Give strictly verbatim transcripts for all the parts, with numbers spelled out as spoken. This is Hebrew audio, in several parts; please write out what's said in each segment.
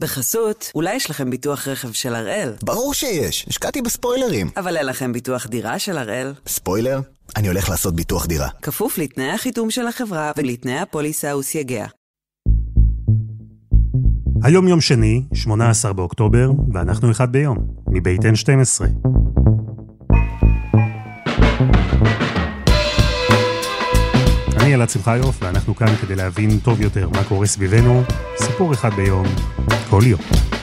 בחסות, אולי יש לכם ביטוח רכב של הראל? ברור שיש, השקעתי בספוילרים. אבל אין לכם ביטוח דירה של הראל? ספוילר? אני הולך לעשות ביטוח דירה. כפוף לתנאי החיתום של החברה ולתנאי הפוליסה וסייגיה. היום יום שני, שמונה עשר באוקטובר, ואנחנו אחד ביום, מבית אן שתים עשרה. אני אלעד שמחיוף, ואנחנו כאן כדי להבין טוב יותר מה קורה סביבנו, סיפור אחד ביום, כל יום.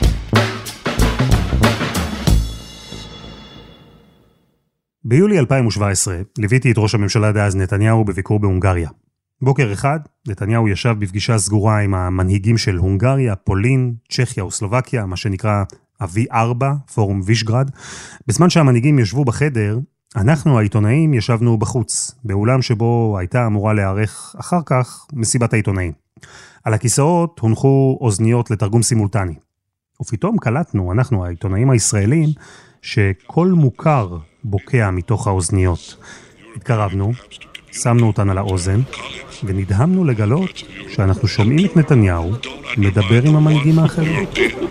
ביולי אלפיים שבע עשרה ליוויתי את ראש הממשלה דאז נתניהו בביקור בהונגריה. בוקר אחד, נתניהו ישב בפגישה סגורה עם המנהיגים של הונגריה, פולין, צ'כיה וסלובקיה, מה שנקרא ה-וי ארבע, פורום וישגרד. בזמן שהמנהיגים ישבו בחדר, אנחנו העיתונאים ישבנו בחוץ, באולם שבו הייתה אמורה להיערך אחר כך מסיבת העיתונאים. על הכיסאות הונחו אוזניות לתרגום סימולטני. ופתאום קלטנו, אנחנו העיתונאים הישראלים, שכל מוכר בוקע מתוך האוזניות. התקרבנו, שמנו אותן על האוזן, ונדהמנו לגלות שאנחנו שומעים את נתניהו מדבר עם המנהיגים האחרים.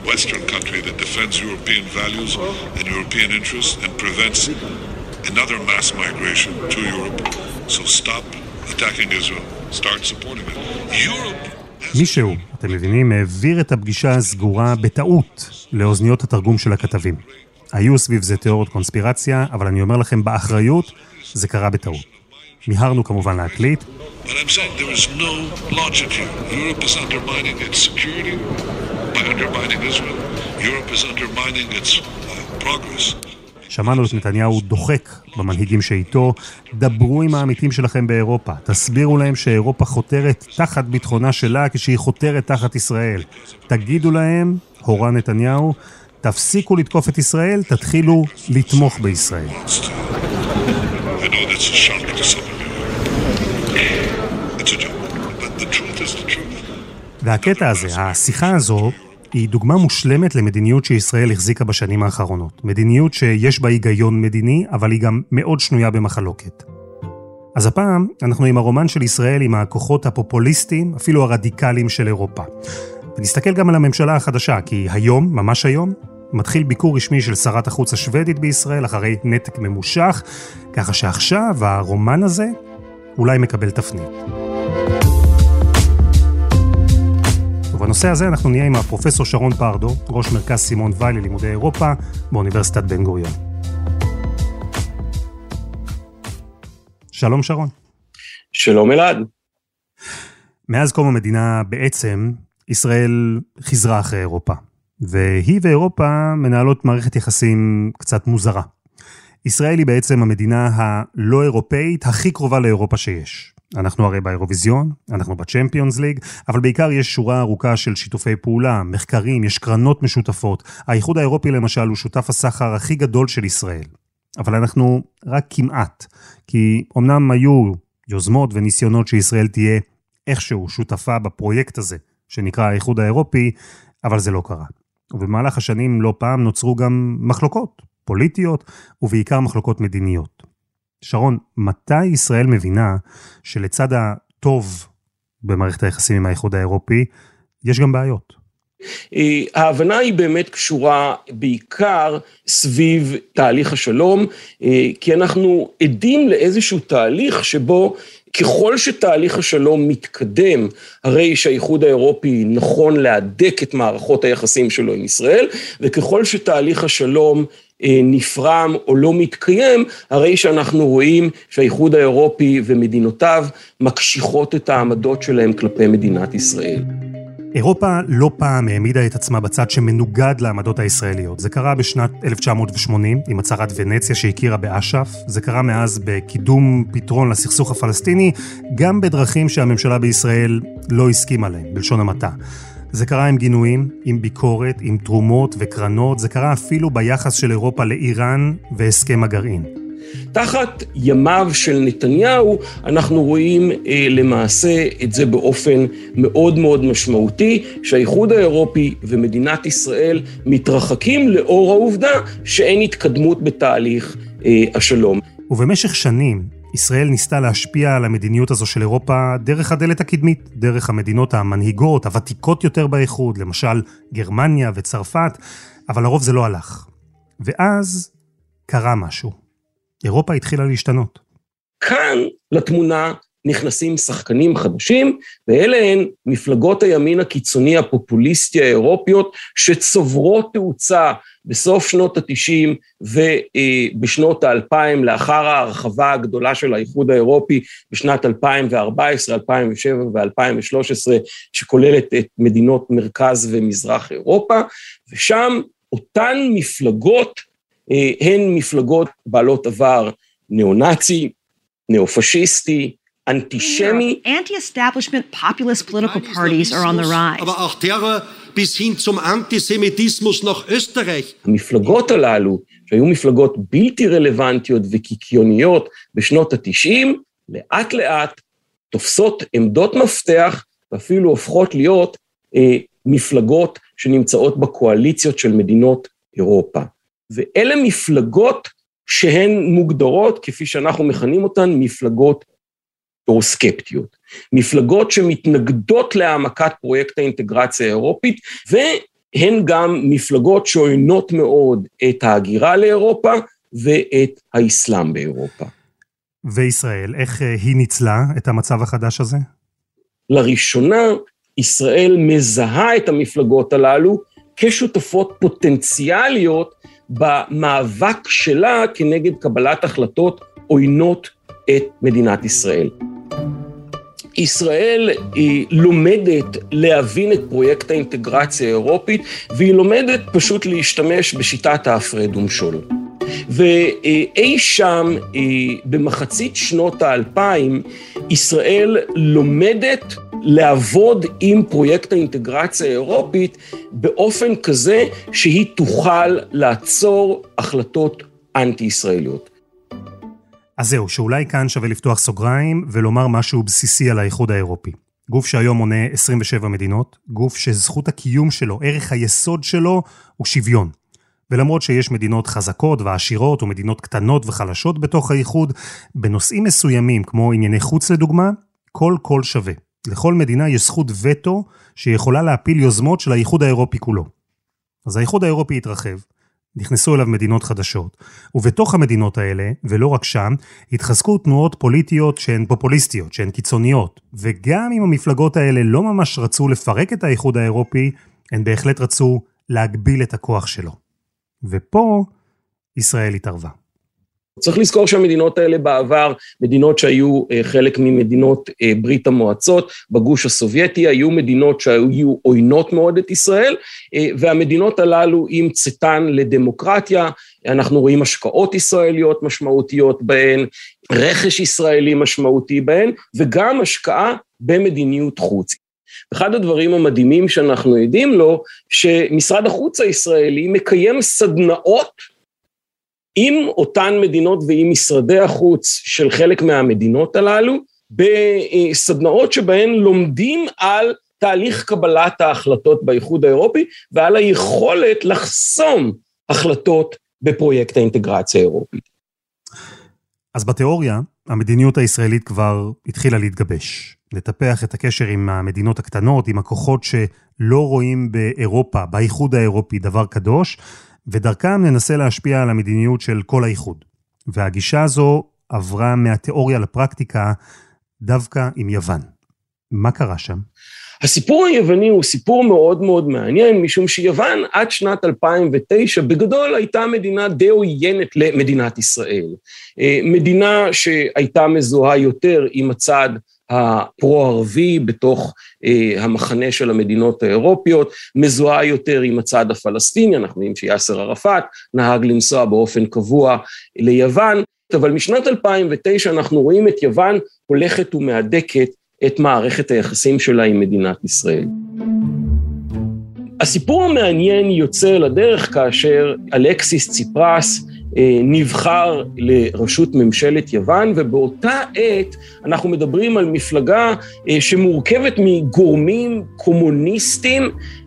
another mass migration to Europe, so stop attacking Israel, start supporting it. Europe... מישהו, אתם מבינים, העביר את הפגישה הסגורה בטעות לאוזניות התרגום של הכתבים. היו סביב זה תיאוריות קונספירציה, אבל אני אומר לכם באחריות, זה קרה בטעות. מיהרנו כמובן להקליט. But I'm saying there is no logic here. Europe is undermining its security by undermining Israel. Europe is undermining its uh, progress. שמענו את נתניהו דוחק במנהיגים שאיתו, דברו עם העמיתים שלכם באירופה, תסבירו להם שאירופה חותרת תחת ביטחונה שלה כשהיא חותרת תחת ישראל. תגידו להם, הורה נתניהו, תפסיקו לתקוף את ישראל, תתחילו לתמוך בישראל. והקטע הזה, השיחה הזו, היא דוגמה מושלמת למדיניות שישראל החזיקה בשנים האחרונות. מדיניות שיש בה היגיון מדיני, אבל היא גם מאוד שנויה במחלוקת. אז הפעם אנחנו עם הרומן של ישראל עם הכוחות הפופוליסטיים, אפילו הרדיקליים של אירופה. ונסתכל גם על הממשלה החדשה, כי היום, ממש היום, מתחיל ביקור רשמי של שרת החוץ השוודית בישראל, אחרי נתק ממושך, ככה שעכשיו הרומן הזה אולי מקבל תפנית. ובנושא הזה אנחנו נהיה עם הפרופסור שרון פרדו, ראש מרכז סימון וייל ללימודי אירופה באוניברסיטת בן גוריון. שלום שרון. שלום אלעד. מאז קום המדינה בעצם ישראל חזרה אחרי אירופה, והיא ואירופה מנהלות מערכת יחסים קצת מוזרה. ישראל היא בעצם המדינה הלא אירופאית הכי קרובה לאירופה שיש. אנחנו הרי באירוויזיון, אנחנו בצ'מפיונס ליג, אבל בעיקר יש שורה ארוכה של שיתופי פעולה, מחקרים, יש קרנות משותפות. האיחוד האירופי למשל הוא שותף הסחר הכי גדול של ישראל. אבל אנחנו רק כמעט, כי אמנם היו יוזמות וניסיונות שישראל תהיה איכשהו שותפה בפרויקט הזה, שנקרא האיחוד האירופי, אבל זה לא קרה. ובמהלך השנים לא פעם נוצרו גם מחלוקות פוליטיות, ובעיקר מחלוקות מדיניות. שרון, מתי ישראל מבינה שלצד הטוב במערכת היחסים עם האיחוד האירופי, יש גם בעיות? ההבנה היא באמת קשורה בעיקר סביב תהליך השלום, כי אנחנו עדים לאיזשהו תהליך שבו ככל שתהליך השלום מתקדם, הרי שהאיחוד האירופי נכון להדק את מערכות היחסים שלו עם ישראל, וככל שתהליך השלום נפרם או לא מתקיים, הרי שאנחנו רואים שהאיחוד האירופי ומדינותיו מקשיחות את העמדות שלהם כלפי מדינת ישראל. אירופה לא פעם העמידה את עצמה בצד שמנוגד לעמדות הישראליות. זה קרה בשנת אלף תשע מאות ושמונים עם הצהרת ונציה שהכירה באש"ף. זה קרה מאז בקידום פתרון לסכסוך הפלסטיני, גם בדרכים שהממשלה בישראל לא הסכימה להם, בלשון המעטה. זה קרה עם גינויים, עם ביקורת, עם תרומות וקרנות. זה קרה אפילו ביחס של אירופה לאיראן והסכם הגרעין. תחת ימיו של נתניהו אנחנו רואים אה, למעשה את זה באופן מאוד מאוד משמעותי, שהאיחוד האירופי ומדינת ישראל מתרחקים לאור העובדה שאין התקדמות בתהליך אה, השלום. ובמשך שנים ישראל ניסתה להשפיע על המדיניות הזו של אירופה דרך הדלת הקדמית, דרך המדינות המנהיגות, הוותיקות יותר באיחוד, למשל גרמניה וצרפת, אבל לרוב זה לא הלך. ואז קרה משהו. אירופה התחילה להשתנות. כאן לתמונה נכנסים שחקנים חדשים, ואלה הן מפלגות הימין הקיצוני הפופוליסטי האירופיות, שצוברות תאוצה בסוף שנות ה-תשעים ובשנות ה-אלפיים, לאחר ההרחבה הגדולה של האיחוד האירופי, בשנת אלפיים וארבע עשרה, אלפיים ושבע ו-אלפיים ושלוש עשרה, שכוללת את מדינות מרכז ומזרח אירופה, ושם אותן מפלגות, הן מפלגות בעלות עבר ניאו-נאצי, ניאו-פשיסטי, אנטישמי. Anti-establishment populist political parties are on the rise. Aber auch Terror bis hin zum Antisemitismus nach Österreich. המפלגות הללו, שהיו מפלגות בלתי רלוונטיות וקיקיוניות בשנות ה-תשעים, לאט לאט תופסות עמדות מפתח, ואפילו הופכות להיות אה, מפלגות שנמצאות בקואליציות של מדינות אירופה. ואלה מפלגות שהן מוגדרות, כפי שאנחנו מכנים אותן, מפלגות אורוסקפטיות. מפלגות שמתנגדות להעמקת פרויקט האינטגרציה האירופית, והן גם מפלגות שעוינות מאוד את ההגירה לאירופה ואת האסלאם באירופה. וישראל, איך היא ניצלה את המצב החדש הזה? לראשונה, ישראל מזהה את המפלגות הללו כשותפות פוטנציאליות במאבק שלה כנגד קבלת החלטות עוינות את מדינת ישראל. ישראל היא לומדת להבין את פרויקט האינטגרציה האירופית, והיא לומדת פשוט להשתמש בשיטת ההפרד ומשול. ואי שם, במחצית שנות האלפיים, ישראל לומדת לעבוד עם פרויקט האינטגרציה האירופית באופן כזה שהיא תוכל לעצור החלטות אנטי-ישראליות. אז זהו, שאולי כאן שווה לפתוח סוגריים ולומר משהו בסיסי על האיחוד האירופי. גוף שהיום מונה עשרים ושבע מדינות, גוף שזכות הקיום שלו, ערך היסוד שלו הוא שוויון. ולמרות שיש מדינות חזקות ועשירות ומדינות קטנות וחלשות בתוך האיחוד, בנושאים מסוימים כמו ענייני חוץ לדוגמה, כל קול שווה. לכל מדינה יש זכות וטו שיכולה להפיל יוזמות של האיחוד האירופי כולו. אז האיחוד האירופי התרחב, נכנסו אליו מדינות חדשות, ובתוך המדינות האלה, ולא רק שם, התחזקו תנועות פוליטיות שהן פופוליסטיות, שהן קיצוניות, וגם אם המפלגות האלה לא ממש רצו לפרק את האיחוד האירופי, הן בהחלט רצו להגביל את הכוח שלו. ופה ישראל התערבה. צריך לזכור שהמדינות האלה בעבר, מדינות שהיו חלק ממדינות ברית המועצות, בגוש הסובייטי, היו מדינות שהיו עוינות מאוד את ישראל, והמדינות הללו עם צאתן לדמוקרטיה, אנחנו רואים השקעות ישראליות משמעותיות בהן, רכש ישראלי משמעותי בהן, וגם השקעה במדיניות חוץ. אחד הדברים המדהימים שאנחנו יודעים לו, שמשרד החוץ הישראלי מקיים סדנאות, עם אותן מדינות ועם משרדי החוץ של חלק מהמדינות הללו, בסדנאות שבהן לומדים על תהליך קבלת ההחלטות באיחוד האירופי, ועל היכולת לחסום החלטות בפרויקט האינטגרציה האירופית. אז בתיאוריה, המדיניות הישראלית כבר התחילה להתגבש. לטפח את הקשר עם המדינות הקטנות, עם הכוחות שלא רואים באירופה, באיחוד האירופי, דבר קדוש, ודרכם ננסה להשפיע על המדיניות של כל האיחוד. והגישה הזו עברה מהתיאוריה לפרקטיקה דווקא עם יוון. מה קרה שם? הסיפור היווני הוא סיפור מאוד מאוד מעניין, משום שיוון עד שנת אלפיים ותשע בגדול הייתה מדינה די עוינת למדינת ישראל. מדינה שהייתה מזוהה יותר עם הצד הפרו-ערבי בתוך אה, המחנה של המדינות האירופיות, מזוהה יותר עם הצד הפלסטיני, אנחנו יודעים שיאסר ערפאת נהג לנסוע באופן קבוע ליוון, אבל משנת אלפיים ותשע אנחנו רואים את יוון הולכת ומהדקת את מערכת היחסים שלה עם מדינת ישראל. הסיפור המעניין יוצא לדרך כאשר אלכסיס ציפרס נבחר לראשות ממשלת יוון, ובאותה עת אנחנו מדברים על מפלגה שמורכבת מגורמים קומוניסטים,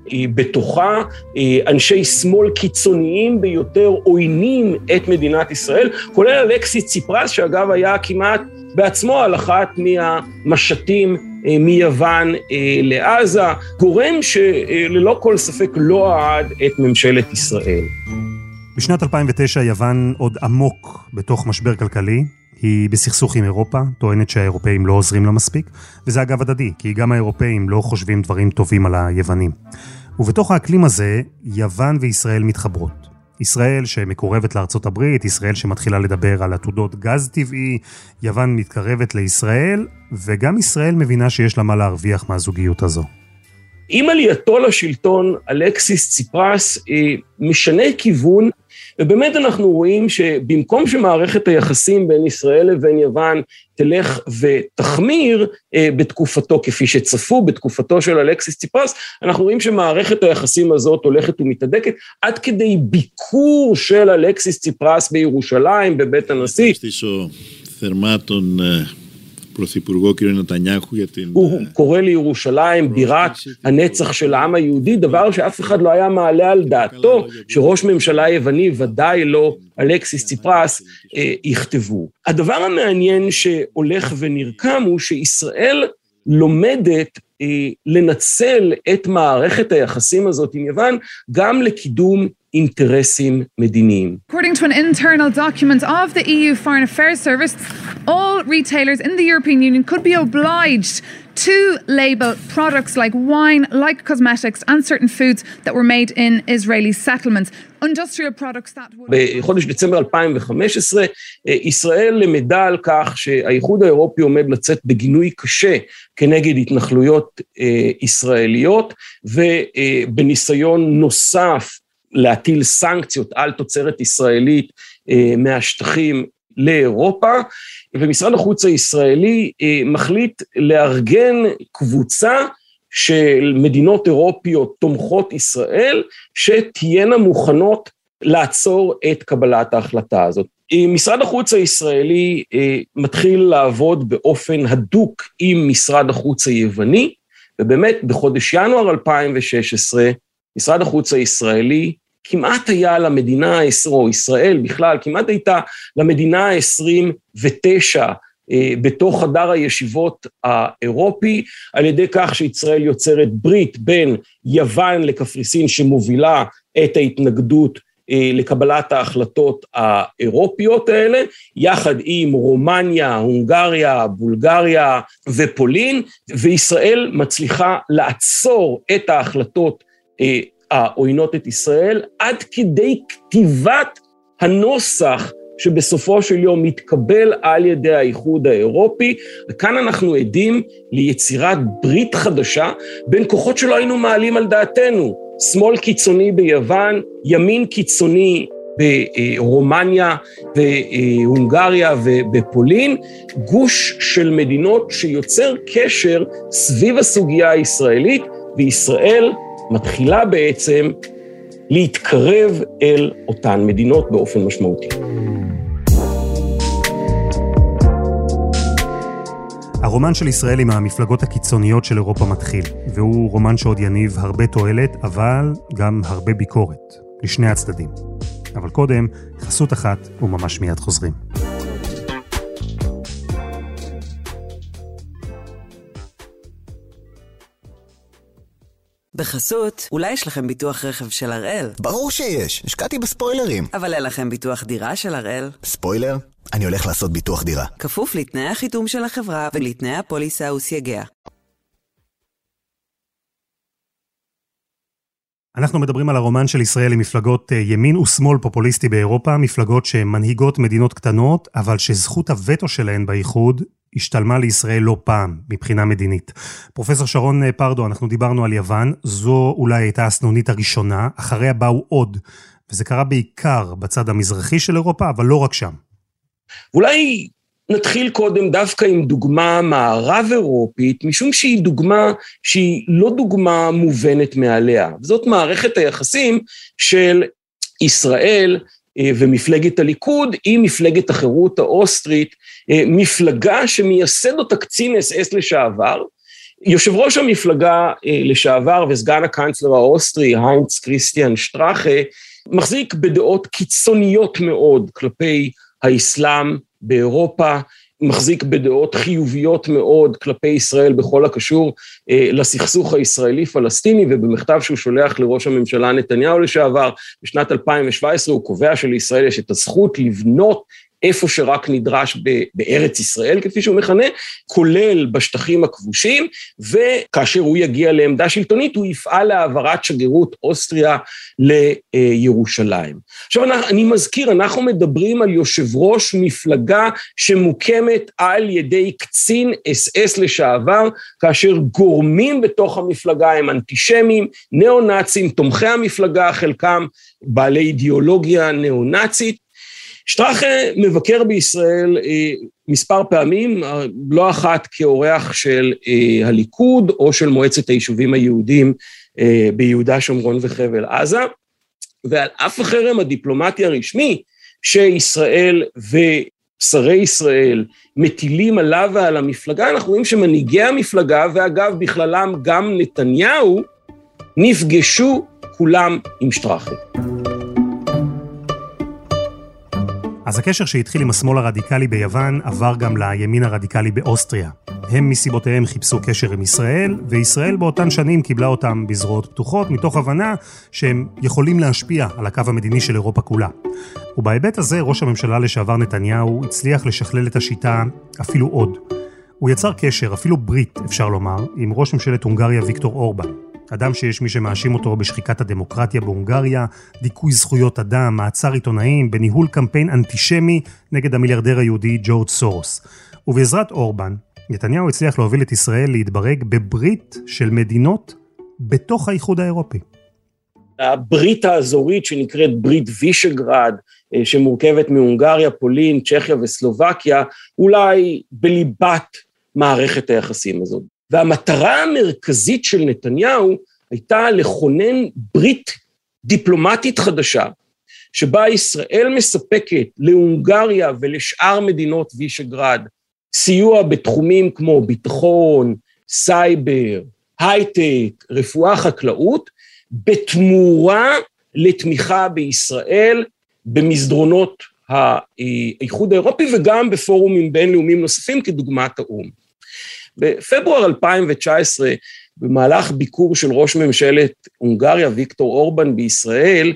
בתוכה אנשי שמאל קיצוניים ביותר עוינים את מדינת ישראל, כולל אלכסיס ציפרס, שאגב היה כמעט בעצמו על אחת מהמשטים מיוון לעזה, גורם שללא כל ספק לא אהד את ממשלת ישראל. בשנת אלפיים ותשע יוון עוד עמוק בתוך משבר כלכלי, היא בסכסוך עם אירופה, טוענת שהאירופאים לא עוזרים לה מספיק, וזה אגב הדדי, כי גם האירופאים לא חושבים דברים טובים על היוונים. ובתוך האקלים הזה, יוון וישראל מתחברות. ישראל שמקורבת לארצות הברית, ישראל שמתחילה לדבר על עתודות גז טבעי, יוון מתקרבת לישראל, וגם ישראל מבינה שיש לה מה להרוויח מהזוגיות הזו. עם עלייתו לשלטון, אלכסיס ציפרס משנה כיוון, ובאמת אנחנו רואים שבמקום שמערכת היחסים בין ישראל לבין יוון תלך ותחמיר בתקופתו, כפי שצפו בתקופתו של אלכסיס ציפרס, אנחנו רואים שמערכת היחסים הזאת הולכת ומתהדקת, עד כדי ביקור של אלכסיס ציפרס בירושלים, בבית הנשיא. θερμάτων πρωθυπουργό κύριο נתניהו για την... הוא קורא לירושלים בירת הנצח של העם היהודי, דבר שאף אחד לא היה מעלה על דעתו, שראש ממשלה יווני, ודאי לא אלכסיס ציפרס, יכתבו. הדבר המעניין שהולך ונרקם הוא שישראל לומדת לנצל את מערכת היחסים הזאת עם יוון, גם לקידום אינטרסים מדיניים. According to an internal document of the E U Foreign Affairs Service, all retailers in the European Union could be obliged to label products like wine, like cosmetics, and certain foods that were made in Israeli settlements. Industrial products that would... בחודש דצמבר אלפיים וחמש עשרה, ישראל למדה על כך שהאיחוד האירופי עומד לצאת בגינוי קשה כנגד התנחלויות ישראליות, ובניסיון נוסף להטיל סנקציות על תוצרת ישראלית מהשטחים לאירופה, ומשרד החוץ הישראלי מחליט לארגן קבוצה של מדינות אירופיות תומכות ישראל, שתהיינה מוכנות לעצור את קבלת ההחלטה הזאת. משרד החוץ הישראלי מתחיל לעבוד באופן הדוק עם משרד החוץ היווני, ובאמת בחודש ינואר אלפיים ושש עשרה, משרד החוץ הישראלי כמעט היה למדינה העשרים, או ישראל בכלל, כמעט הייתה למדינה העשרים ותשע אה, בתוך חדר הישיבות האירופי, על ידי כך שישראל יוצרת ברית בין יוון לקפריסין, שמובילה את ההתנגדות אה, לקבלת ההחלטות האירופיות האלה, יחד עם רומניה, הונגריה, בולגריה ופולין, וישראל מצליחה לעצור את ההחלטות אה, העוינות את ישראל, עד כדי כתיבת הנוסח שבסופו של יום מתקבל על ידי האיחוד האירופי, וכאן אנחנו עדים ליצירת ברית חדשה בין כוחות שלא היינו מעלים על דעתנו, שמאל קיצוני ביוון, ימין קיצוני ברומניה והונגריה ובפולין, גוש של מדינות שיוצר קשר סביב הסוגיה הישראלית, וישראל מתחילה בעצם להתקרב אל אותן מדינות באופן משמעותי. הרומן של ישראל עם המפלגות הקיצוניות של אירופה מתחיל, והוא רומן שעוד יניב הרבה תועלת, אבל גם הרבה ביקורת, לשני הצדדים. אבל קודם, חסות אחת וממש מיד חוזרים. בחסות, אולי יש לכם ביטוח רכב של הראל? ברור שיש, השקעתי בספוילרים. אבל אין לכם ביטוח דירה של הראל? ספוילר? אני הולך לעשות ביטוח דירה. כפוף לתנאי החיתום של החברה ולתנאי הפוליסה וסייגיה. אנחנו מדברים על הרומן של ישראל עם מפלגות ימין ושמאל פופוליסטי באירופה, מפלגות שמנהיגות מדינות קטנות, אבל שזכות הווטו שלהן באיחוד השתלמה לישראל לא פעם מבחינה מדינית. פרופסור שרון פרדו, אנחנו דיברנו על יוון, זו אולי הייתה הסנונית הראשונה, אחריה באו עוד, וזה קרה בעיקר בצד המזרחי של אירופה, אבל לא רק שם. אולי נתחיל קודם דווקא עם דוגמה מערב אירופית, משום שהיא דוגמה שהיא לא דוגמה מובנת מעליה. וזאת מערכת היחסים של ישראל ומפלגת הליכוד היא מפלגת החירות האוסטרית, מפלגה שמייסד אותה קצין אס אס לשעבר, יושב ראש המפלגה לשעבר וסגן הקנצלר האוסטרי, היינץ כריסטיאן שטראכה, מחזיק בדעות קיצוניות מאוד כלפי האסלאם באירופה, מחזיק בדעות חיוביות מאוד כלפי ישראל בכל הקשור אה, לסכסוך הישראלי-פלסטיני, ובמכתב שהוא שולח לראש הממשלה נתניהו לשעבר, בשנת אלפיים שבע עשרה הוא קובע שלישראל יש את הזכות לבנות איפה שרק נדרש בארץ ישראל, כפי שהוא מכנה, כולל בשטחים הכבושים, וכאשר הוא יגיע לעמדה שלטונית, הוא יפעל להעברת שגרירות אוסטריה לירושלים. עכשיו, אני מזכיר, אנחנו מדברים על יושב ראש מפלגה שמוקמת על ידי קצין אס אס לשעבר, כאשר גורמים בתוך המפלגה הם אנטישמים, ניאו-נאצים, תומכי המפלגה, חלקם בעלי אידיאולוגיה ניאו-נאצית, שטראכה מבקר בישראל אה, מספר פעמים, לא אחת כאורח של אה, הליכוד או של מועצת היישובים היהודים אה, ביהודה, שומרון וחבל עזה, ועל אף החרם הדיפלומטי הרשמי שישראל ושרי ישראל מטילים עליו ועל המפלגה, אנחנו רואים שמנהיגי המפלגה, ואגב בכללם גם נתניהו, נפגשו כולם עם שטראכה. אז הקשר שהתחיל עם השמאל הרדיקלי ביוון עבר גם לימין הרדיקלי באוסטריה. הם מסיבותיהם חיפשו קשר עם ישראל, וישראל באותן שנים קיבלה אותם בזרועות פתוחות, מתוך הבנה שהם יכולים להשפיע על הקו המדיני של אירופה כולה. ובהיבט הזה ראש הממשלה לשעבר נתניהו הצליח לשכלל את השיטה אפילו עוד. הוא יצר קשר, אפילו ברית אפשר לומר, עם ראש ממשלת הונגריה ויקטור אורבן. אדם שיש מי שמאשים אותו בשחיקת הדמוקרטיה בהונגריה, דיכוי זכויות אדם, מעצר עיתונאים, בניהול קמפיין אנטישמי נגד המיליארדר היהודי ג'ורג' סורוס. ובעזרת אורבן, נתניהו הצליח להוביל את ישראל להתברג בברית של מדינות בתוך האיחוד האירופי. הברית האזורית שנקראת ברית וישגרד, שמורכבת מהונגריה, פולין, צ'כיה וסלובקיה, אולי בליבת מערכת היחסים הזאת. והמטרה המרכזית של נתניהו הייתה לכונן ברית דיפלומטית חדשה, שבה ישראל מספקת להונגריה ולשאר מדינות וישגרד, סיוע בתחומים כמו ביטחון, סייבר, הייטק, רפואה, חקלאות, בתמורה לתמיכה בישראל במסדרונות האיחוד האירופי, וגם בפורומים בינלאומיים נוספים כדוגמת האו"ם. בפברואר אלפיים תשע עשרה, במהלך ביקור של ראש ממשלת הונגריה, ויקטור אורבן בישראל,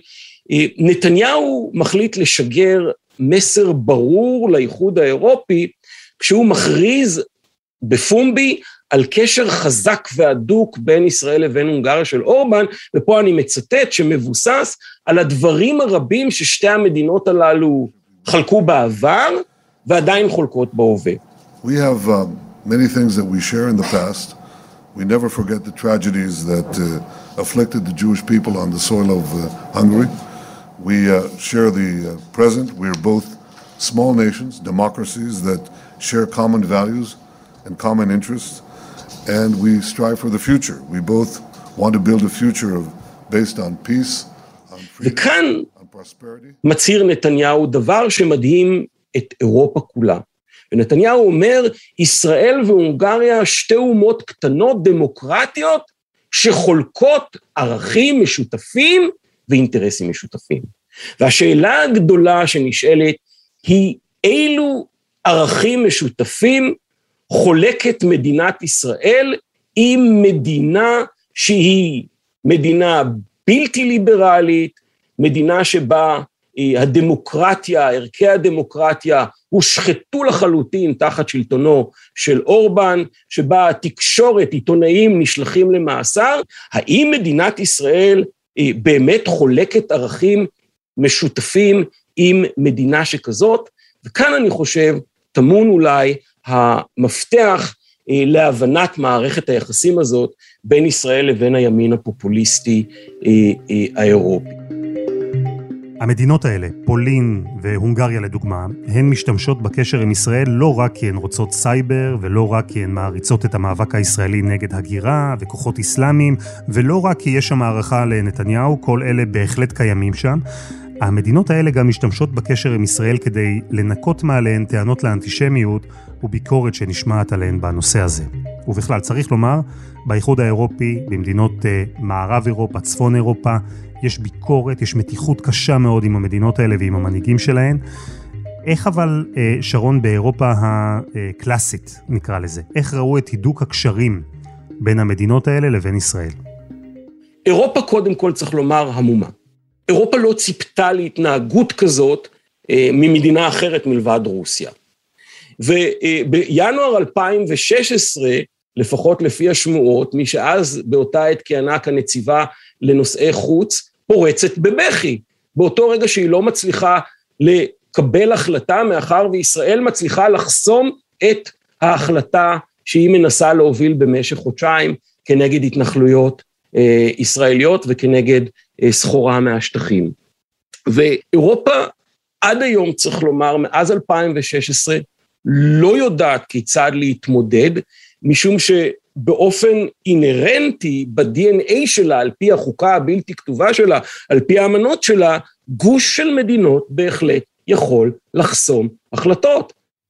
נתניהו מחליט לשגר מסר ברור לאיחוד האירופי, כשהוא מכריז בפומבי על קשר חזק והדוק בין ישראל לבין הונגריה של אורבן, ופה אני מצטט שמבוסס על הדברים הרבים ששתי המדינות הללו חלקו בעבר, ועדיין חולקות בהווה. We have um, many things that we share in the past. We never forget the tragedies that uh, afflicted the Jewish people on the soil of uh, Hungary. We uh, share the uh, present. We are both small nations, democracies that share common values and common interests, and we strive for the future. We both want to build a future of, based on peace, on freedom, on prosperity. מצהיר נתניהו דבר שמדהים את אירופה כולה. ונתניהו אומר, ישראל והונגריה שתי אומות קטנות דמוקרטיות שחולקות ערכים משותפים ואינטרסים משותפים. והשאלה הגדולה שנשאלת היא אילו ערכים משותפים חולקת מדינת ישראל עם מדינה שהיא מדינה בלתי ליברלית, מדינה שבה הדמוקרטיה, ערכי הדמוקרטיה, הושחתו לחלוטין תחת שלטונו של אורבן, שבה התקשורת, עיתונאים נשלחים למאסר. האם מדינת ישראל באמת חולקת ערכים משותפים עם מדינה שכזאת? וכאן אני חושב, תמון אולי המפתח להבנת מערכת היחסים הזאת בין ישראל לבין הימין הפופוליסטי האירופי. המדינות האלה, פולין והונגריה לדוגמה, הן משתמשות בקשר עם ישראל לא רק כי הן רוצות סייבר, ולא רק כי הן מעריצות את המאבק הישראלי נגד הגירה וכוחות אסלאמיים, ולא רק כי יש שם הערכה לנתניהו, כל אלה בהחלט קיימים שם, המדינות האלה גם משתמשות בקשר עם ישראל כדי לנקות מעליהן טענות לאנטישמיות וביקורת שנשמעת עליהן בנושא הזה. ובכלל, צריך לומר, באיחוד האירופי, במדינות uh, מערב אירופה, צפון אירופה, יש ביקורת, יש מתיחות קשה מאוד עם המדינות האלה ועם המנהיגים שלהן. איך אבל, uh, שרון, באירופה הקלאסית, נקרא לזה, איך ראו את הידוק הקשרים בין המדינות האלה לבין ישראל? אירופה קודם כל צריך לומר המומה. אירופה לא ציפתה להתנהגות כזאת אה, ממדינה אחרת מלבד רוסיה. ובינואר אלפיים ושש עשרה, לפחות לפי השמועות, מי שאז באותה עת כיהנה כנציבה לנושאי חוץ, פורצת בבכי. באותו רגע שהיא לא מצליחה לקבל החלטה, מאחר וישראל מצליחה לחסום את ההחלטה שהיא מנסה להוביל במשך חודשיים, כנגד התנחלויות אה, ישראליות וכנגד אה, סחורה מהשטחים. ואירופה עד היום צריך לומר, מאז אלפיים ושש עשרה, לא יודעת כיצד להתמודד, משום שבאופן אינרנטי ב-די אן איי שלה, על פי החוקה הבלתי כתובה שלה, על פי האמנות שלה, גוש של מדינות בהחלט יכול לחסום החלטות.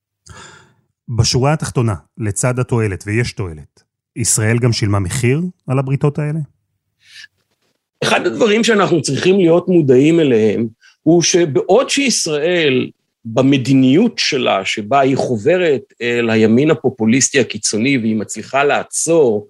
בשורה התחתונה, לצד התועלת, ויש תועלת, ישראל גם שילמה מחיר על הבריתות האלה? אחד הדברים שאנחנו צריכים להיות מודעים אליהם, הוא שבעוד שישראל במדיניות שלה, שבה היא חוברת אל הימין הפופוליסטי הקיצוני, והיא מצליחה לעצור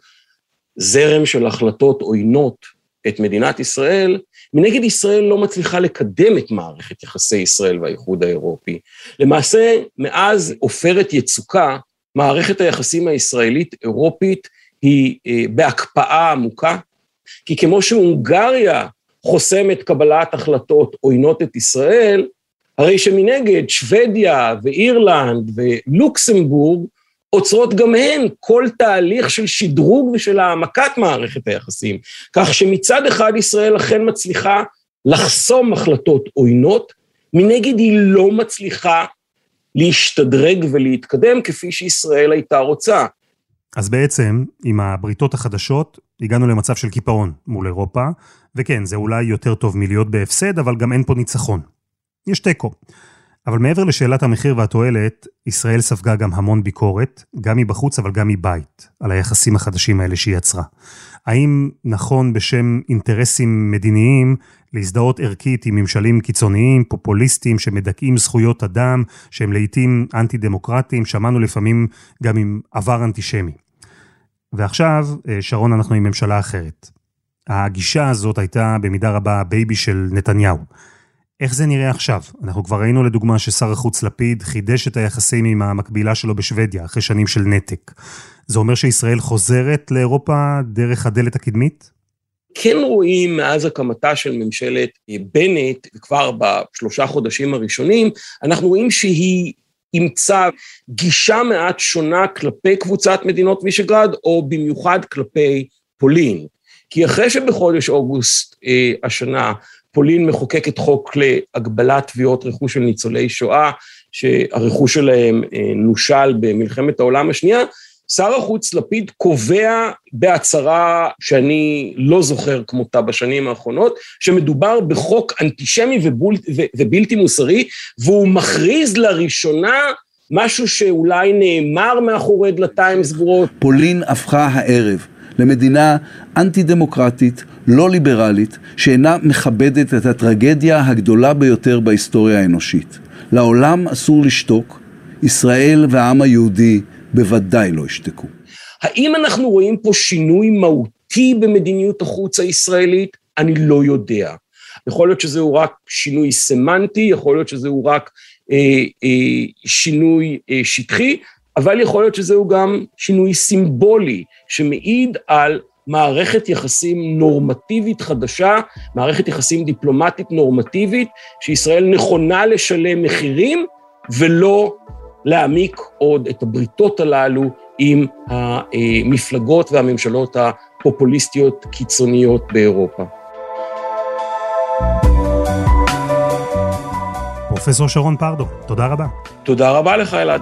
זרם של החלטות עוינות את מדינת ישראל, מנגד ישראל לא מצליחה לקדם את מערכת יחסי ישראל והאיחוד האירופי. למעשה, מאז עופרת יצוקה, מערכת היחסים הישראלית-אירופית היא בהקפאה עמוקה, כי כמו שהונגריה חוסמת קבלת החלטות עוינות את ישראל, הרי שמנגד שוודיה ואירלנד ולוקסמבורג עוצרות גם הן כל תהליך של שדרוג ושל העמקת מערכת היחסים, כך שמצד אחד ישראל אכן מצליחה לחסום החלטות עוינות, מנגד היא לא מצליחה להשתדרג ולהתקדם כפי שישראל הייתה רוצה. אז בעצם, עם הבריתות החדשות, הגענו למצב של קיפאון מול אירופה, וכן, זה אולי יותר טוב מלהיות בהפסד, אבל גם אין פה ניצחון. יש טקו. אבל מעבר לשאלת המחיר והתועלת, ישראל ספגה גם המון ביקורת, גם מבחוץ אבל גם מבית, על היחסים החדשים האלה שהיא יצרה. האם נכון בשם אינטרסים מדיניים להזדהות ערכית עם ממשלים קיצוניים, פופוליסטיים, שמדכאים זכויות אדם, שהם לעתים אנטי-דמוקרטיים, שמענו לפעמים גם עם עבר אנטישמי. ועכשיו, שרון, אנחנו עם ממשלה אחרת. הגישה הזאת הייתה במידה רבה בייבי של נתניהו. איך זה נראה עכשיו? אנחנו כבר ראינו לדוגמה ששר החוץ לפיד חידש את היחסים עם המקבילה שלו בשוודיה, אחרי שנים של נתק. זה אומר שישראל חוזרת לאירופה דרך הדלת הקדמית? כן רואים מאז הקמתה של ממשלת בנט, וכבר בשלושה חודשים הראשונים, אנחנו רואים שהיא אימצה גישה מעט שונה כלפי קבוצת מדינות וישגרד, או במיוחד כלפי פולין. כי אחרי שבחודש אוגוסט אה, השנה, פולין מחוקקת חוק להגבלת תביעות רכוש של ניצולי שואה, שהרכוש שלהם נושל במלחמת העולם השנייה, שר החוץ לפיד קובע בהצהרה שאני לא זוכר כמותה בשנים האחרונות, שמדובר בחוק אנטישמי ובלתי מוסרי, והוא מכריז לראשונה משהו שאולי נאמר מאחורי דלתיים סגורות. פולין הפכה הערב למדינה אנטי-דמוקרטית, לא ליברלית, שאינה מכבדת את הטרגדיה הגדולה ביותר בהיסטוריה האנושית. לעולם אסור לשתוק, ישראל והעם היהודי בוודאי לא ישתקו. האם אנחנו רואים פה שינוי מהותי במדיניות החוץ הישראלית? אני לא יודע. יכול להיות שזהו רק שינוי סמנטי, יכול להיות שזהו רק אה, אה, שינוי אה, שטחי, אבל יכול להיות שזהו גם שינוי סימבולי, שמעיד על מערכת יחסים נורמטיבית חדשה, מערכת יחסים דיפלומטית נורמטיבית, שישראל נכונה לשלם מחירים, ולא להעמיק עוד את הבריתות הללו עם המפלגות והממשלות הפופוליסטיות קיצוניות באירופה. פרופסור שרון פרדו, תודה רבה. תודה רבה לך, אלעד.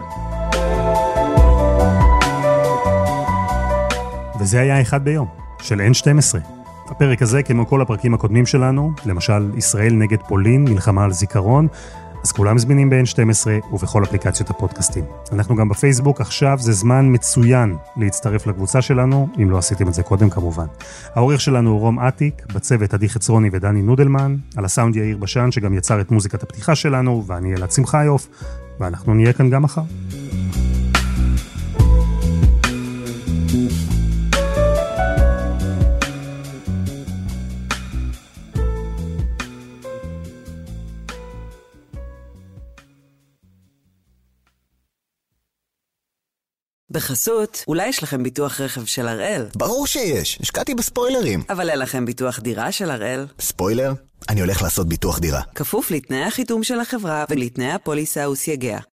וזה היה אחד ביום, של אן שתים עשרה. הפרק הזה, כמו כל הפרקים הקודמים שלנו, למשל ישראל נגד פולין, מלחמה על זיכרון, אז כולם זמינים ב-אן שתים עשרה ובכל אפליקציות הפודקאסטים. אנחנו גם בפייסבוק, עכשיו זה זמן מצוין להצטרף לקבוצה שלנו, אם לא עשיתם את זה קודם כמובן. העורך שלנו הוא רום עתיק, בצוות עדי חצרוני ודני נודלמן, על הסאונד יאיר בשן שגם יצר את מוזיקת הפתיחה שלנו, ואני אלעד שמחיוף, ואנחנו נהיה כאן גם מחר. בחסות, אולי יש לכם ביטוח רכב של הראל? ברור שיש, השקעתי בספוילרים. אבל אין לכם ביטוח דירה של הראל? ספוילר? אני הולך לעשות ביטוח דירה. כפוף לתנאי החיתום של החברה ולתנאי הפוליסה וסייגיה.